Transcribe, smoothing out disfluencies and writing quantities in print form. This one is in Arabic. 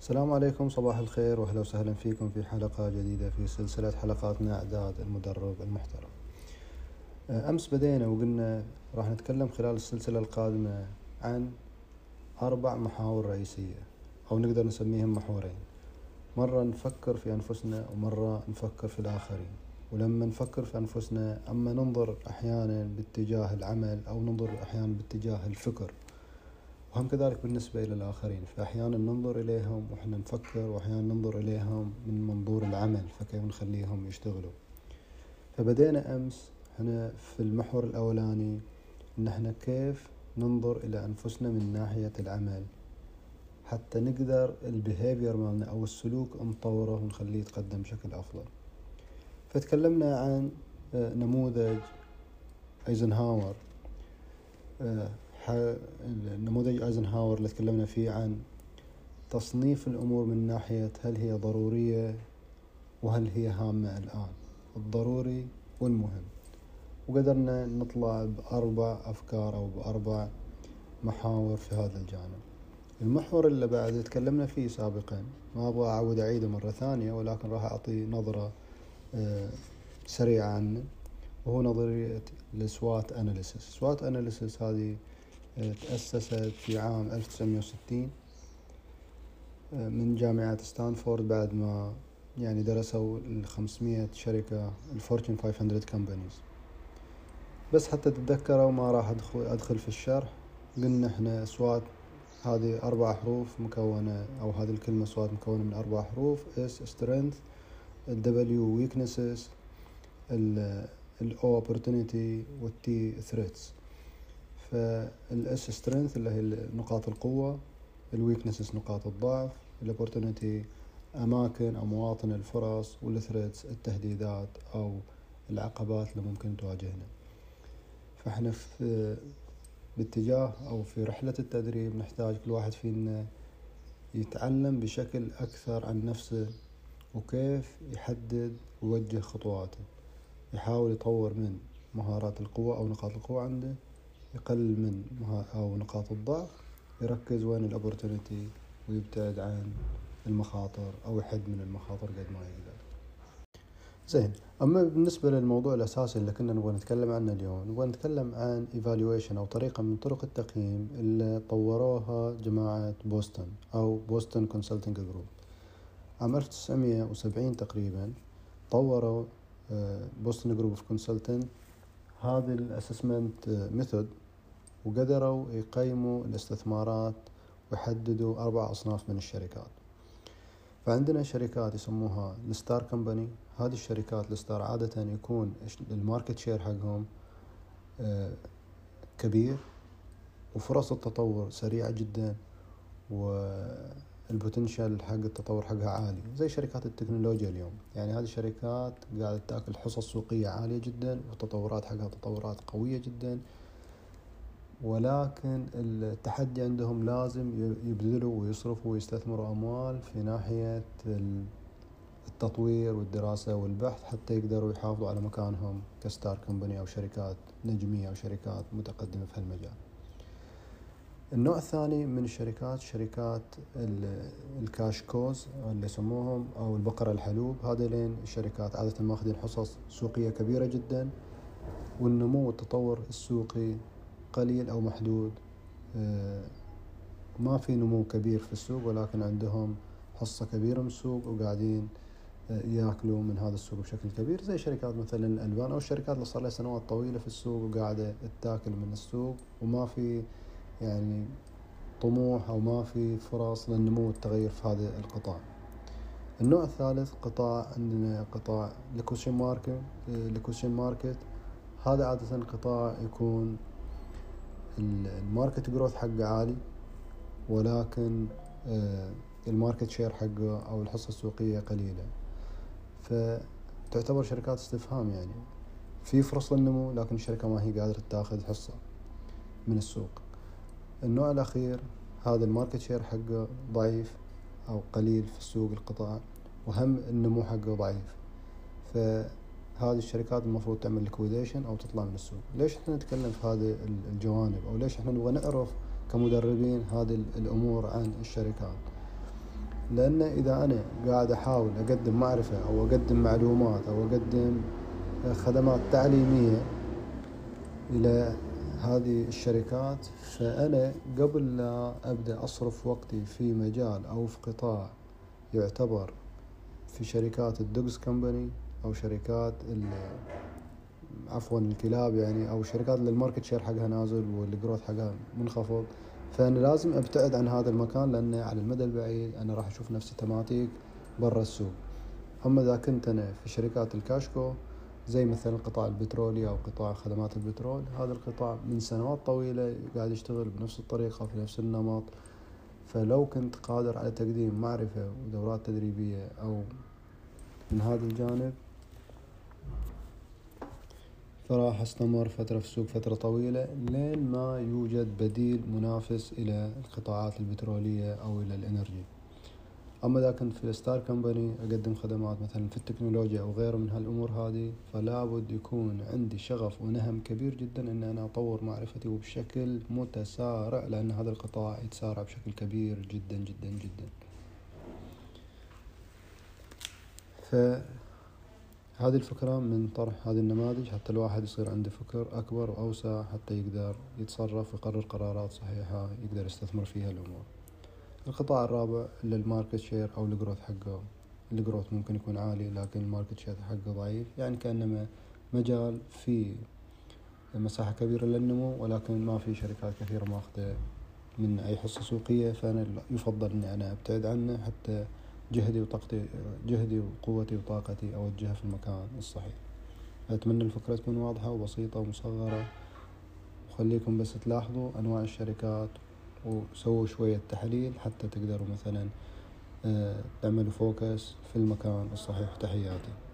السلام عليكم، صباح الخير واهلا وسهلا فيكم في حلقة جديدة في سلسلة حلقاتنا إعداد المدرب المحترف. أمس بدينا وقلنا راح نتكلم خلال السلسلة القادمة عن 4 محاور رئيسية، أو نقدر نسميهم محورين. مرة نفكر في أنفسنا ومرة نفكر في الآخرين. ولما نفكر في أنفسنا أما ننظر أحيانا باتجاه العمل أو ننظر أحيانا باتجاه الفكر، وهم كذلك بالنسبة إلى الآخرين. فأحيانا ننظر إليهم وإحنا نفكر، وأحيانا ننظر إليهم من منظور العمل، فكيف نخليهم يشتغلوا. فبدينا أمس هنا في المحور الأولاني إن إحنا كيف ننظر إلى أنفسنا من ناحية العمل حتى نقدر البيهيفير مالنا أو السلوك نطوره ونخليه يتقدم بشكل أفضل. فتكلمنا عن نموذج أيزنهاور. نموذج أيزنهاور اللي تكلمنا فيه عن تصنيف الأمور من ناحية هل هي ضرورية وهل هي هامة الآن، الضروري والمهم. وقدرنا نطلع ب4 أفكار أو ب4 محاور في هذا الجانب. المحور اللي بعد تكلمنا فيه سابقا، ما أبغى أعود أعيده مرة ثانية، ولكن راح أعطي نظرة سريعة عنه، وهو نظرية السوات أناليسيس. سوات أناليسيس هذه تأسست في عام 1960 من جامعة ستانفورد، بعد ما درسوا 500 شركة الفورتشن 500 كمبانيز. بس حتى تتذكروا ما راح أدخل في الشرح. قلنا إحنا سوات هذه 4 حروف مكونة، أو هذه الكلمة سوات مكونة من 4 حروف: S strength، W weaknesses، O opportunity، T threats. فالS strength اللي هي نقاط القوة، الويكنسز نقاط الضعف، الopportunity أماكن أو مواطن الفرص، والثريتس التهديدات أو العقبات اللي ممكن تواجهنا. فإحنا في باتجاه أو في رحلة التدريب نحتاج كل واحد فينا يتعلم بشكل أكثر عن نفسه، وكيف يحدد ويوجه خطواته، يحاول يطور من مهارات القوة أو نقاط القوة عنده، يقلل من أو نقاط الضعف، يركز وين الأوبورتونيتي، ويبتعد عن المخاطر أو يحد من المخاطر قد ما يقدر. زين، أما بالنسبة للموضوع الأساسي اللي كنا نبغى نتكلم عنه اليوم، نبغى نتكلم عن evaluation أو طريقة من طرق التقييم اللي طوروها جماعة بوسطن أو بوسطن كونسلتنج جروب. عام 1970 تقريبا طوروا بوسطن جروب اوف كونسلتنت هذه الاسسمنت ميثود، وقدروا يقيموا الاستثمارات ويحددوا 4 أصناف من الشركات. فعندنا شركات يسموها الستار كمباني. هذه الشركات الستار عادة يكون الماركت شير حقهم كبير، وفرص التطور سريعة جدا، والبوتنشال حق التطور حقها عالي، زي شركات التكنولوجيا اليوم. هذه الشركات قاعدة تأكل حصص سوقية عالية جدا، والتطورات حقها تطورات قوية جدا، ولكن التحدي عندهم لازم يبذلوا ويصرفوا ويستثمروا أموال في ناحية التطوير والدراسة والبحث حتى يقدروا يحافظوا على مكانهم كستار كمباني أو شركات نجمية أو شركات متقدمة في هالمجال. النوع الثاني من الشركات شركات الكاشكوز اللي يسموهم، أو البقرة الحلوب. هذين الشركات عادة ماخذين حصص سوقية كبيرة جدا، والنمو والتطور السوقي قليل أو محدود. ما في نمو كبير في السوق، ولكن عندهم حصة كبيرة من السوق وقاعدين يأكلوا من هذا السوق بشكل كبير، زي شركات مثلا الألبان أو الشركات اللي صار لها سنوات طويلة في السوق وقاعدة تأكل من السوق، وما في طموح أو ما في فرص للنمو والتغير في هذا القطاع. النوع الثالث عندنا قطاع الكوشن ماركت. هذا عادة قطاع يكون الماركت جروث حقه عالي، ولكن الماركت شير حقه أو الحصة السوقية قليلة، فتعتبر شركات استفهام. في فرص للنمو، لكن الشركة ما هي قادرة تاخذ حصة من السوق. النوع الأخير هذا الماركت شير حقه ضعيف أو قليل في السوق القطاع، وهم النمو حقه ضعيف. فهذه الشركات المفروض تعمل ليكويديشن أو تطلع من السوق. ليش احنا نتكلم في هذه الجوانب، أو ليش احنا نبغى نعرف كمدربين هذه الأمور عن الشركات؟ لأن إذا أنا قاعد أحاول أقدم معرفة أو أقدم معلومات أو أقدم خدمات تعليمية إلى هذه الشركات، فأنا قبل لا أبدأ أصرف وقتي في مجال أو في قطاع يعتبر في شركات الدوجز كمباني أو شركات الكلاب يعني، أو شركات اللي الماركت شير حقها نازل والجروث حقها منخفض، فأنا لازم أبتعد عن هذا المكان، لأن على المدى البعيد أنا راح أشوف نفسي تماتيك برا السوق. أما إذا كنت أنا في شركات الكاشكو زي مثلا القطاع البترولي أو قطاع خدمات البترول، هذا القطاع من سنوات طويلة قاعد يشتغل بنفس الطريقة في نفس النمط، فلو كنت قادر على تقديم معرفة ودورات تدريبية أو من هذا الجانب، فراح استمر فترة في السوق فترة طويلة لين ما يوجد بديل منافس إلى القطاعات البترولية أو إلى الإنرجي. أما إذا كنت في الستار كمباني أقدم خدمات مثلا في التكنولوجيا أو غيره من هالأمور هذه، فلا بد يكون عندي شغف ونهم كبير جدا أن أنا أطور معرفتي وبشكل متسارع، لأن هذا القطاع يتسارع بشكل كبير جدا جدا جدا. فهذه الفكرة من طرح هذه النماذج حتى الواحد يصير عنده فكر أكبر وأوسع، حتى يقدر يتصرف ويقرر قرارات صحيحة يقدر يستثمر فيها الأمور. القطاع الرابع اللي الماركت شير أو الجروث حقه، الجروث ممكن يكون عالي لكن الماركت شير حقه ضعيف، يعني كأنما مجال فيه مساحة كبيرة للنمو ولكن ما في شركات كثيرة ماخذة من أي حصة سوقية، فأنا يفضل أني أنا أبتعد عنه حتى جهدي وقوتي وطاقتي أوجهها في المكان الصحيح. أتمنى الفكرة تكون واضحة وبسيطة ومصغرة، وخليكم بس تلاحظوا أنواع الشركات وسووا شوية تحليل حتى تقدروا مثلا تعملوا فوكس في المكان الصحيح. تحياتي.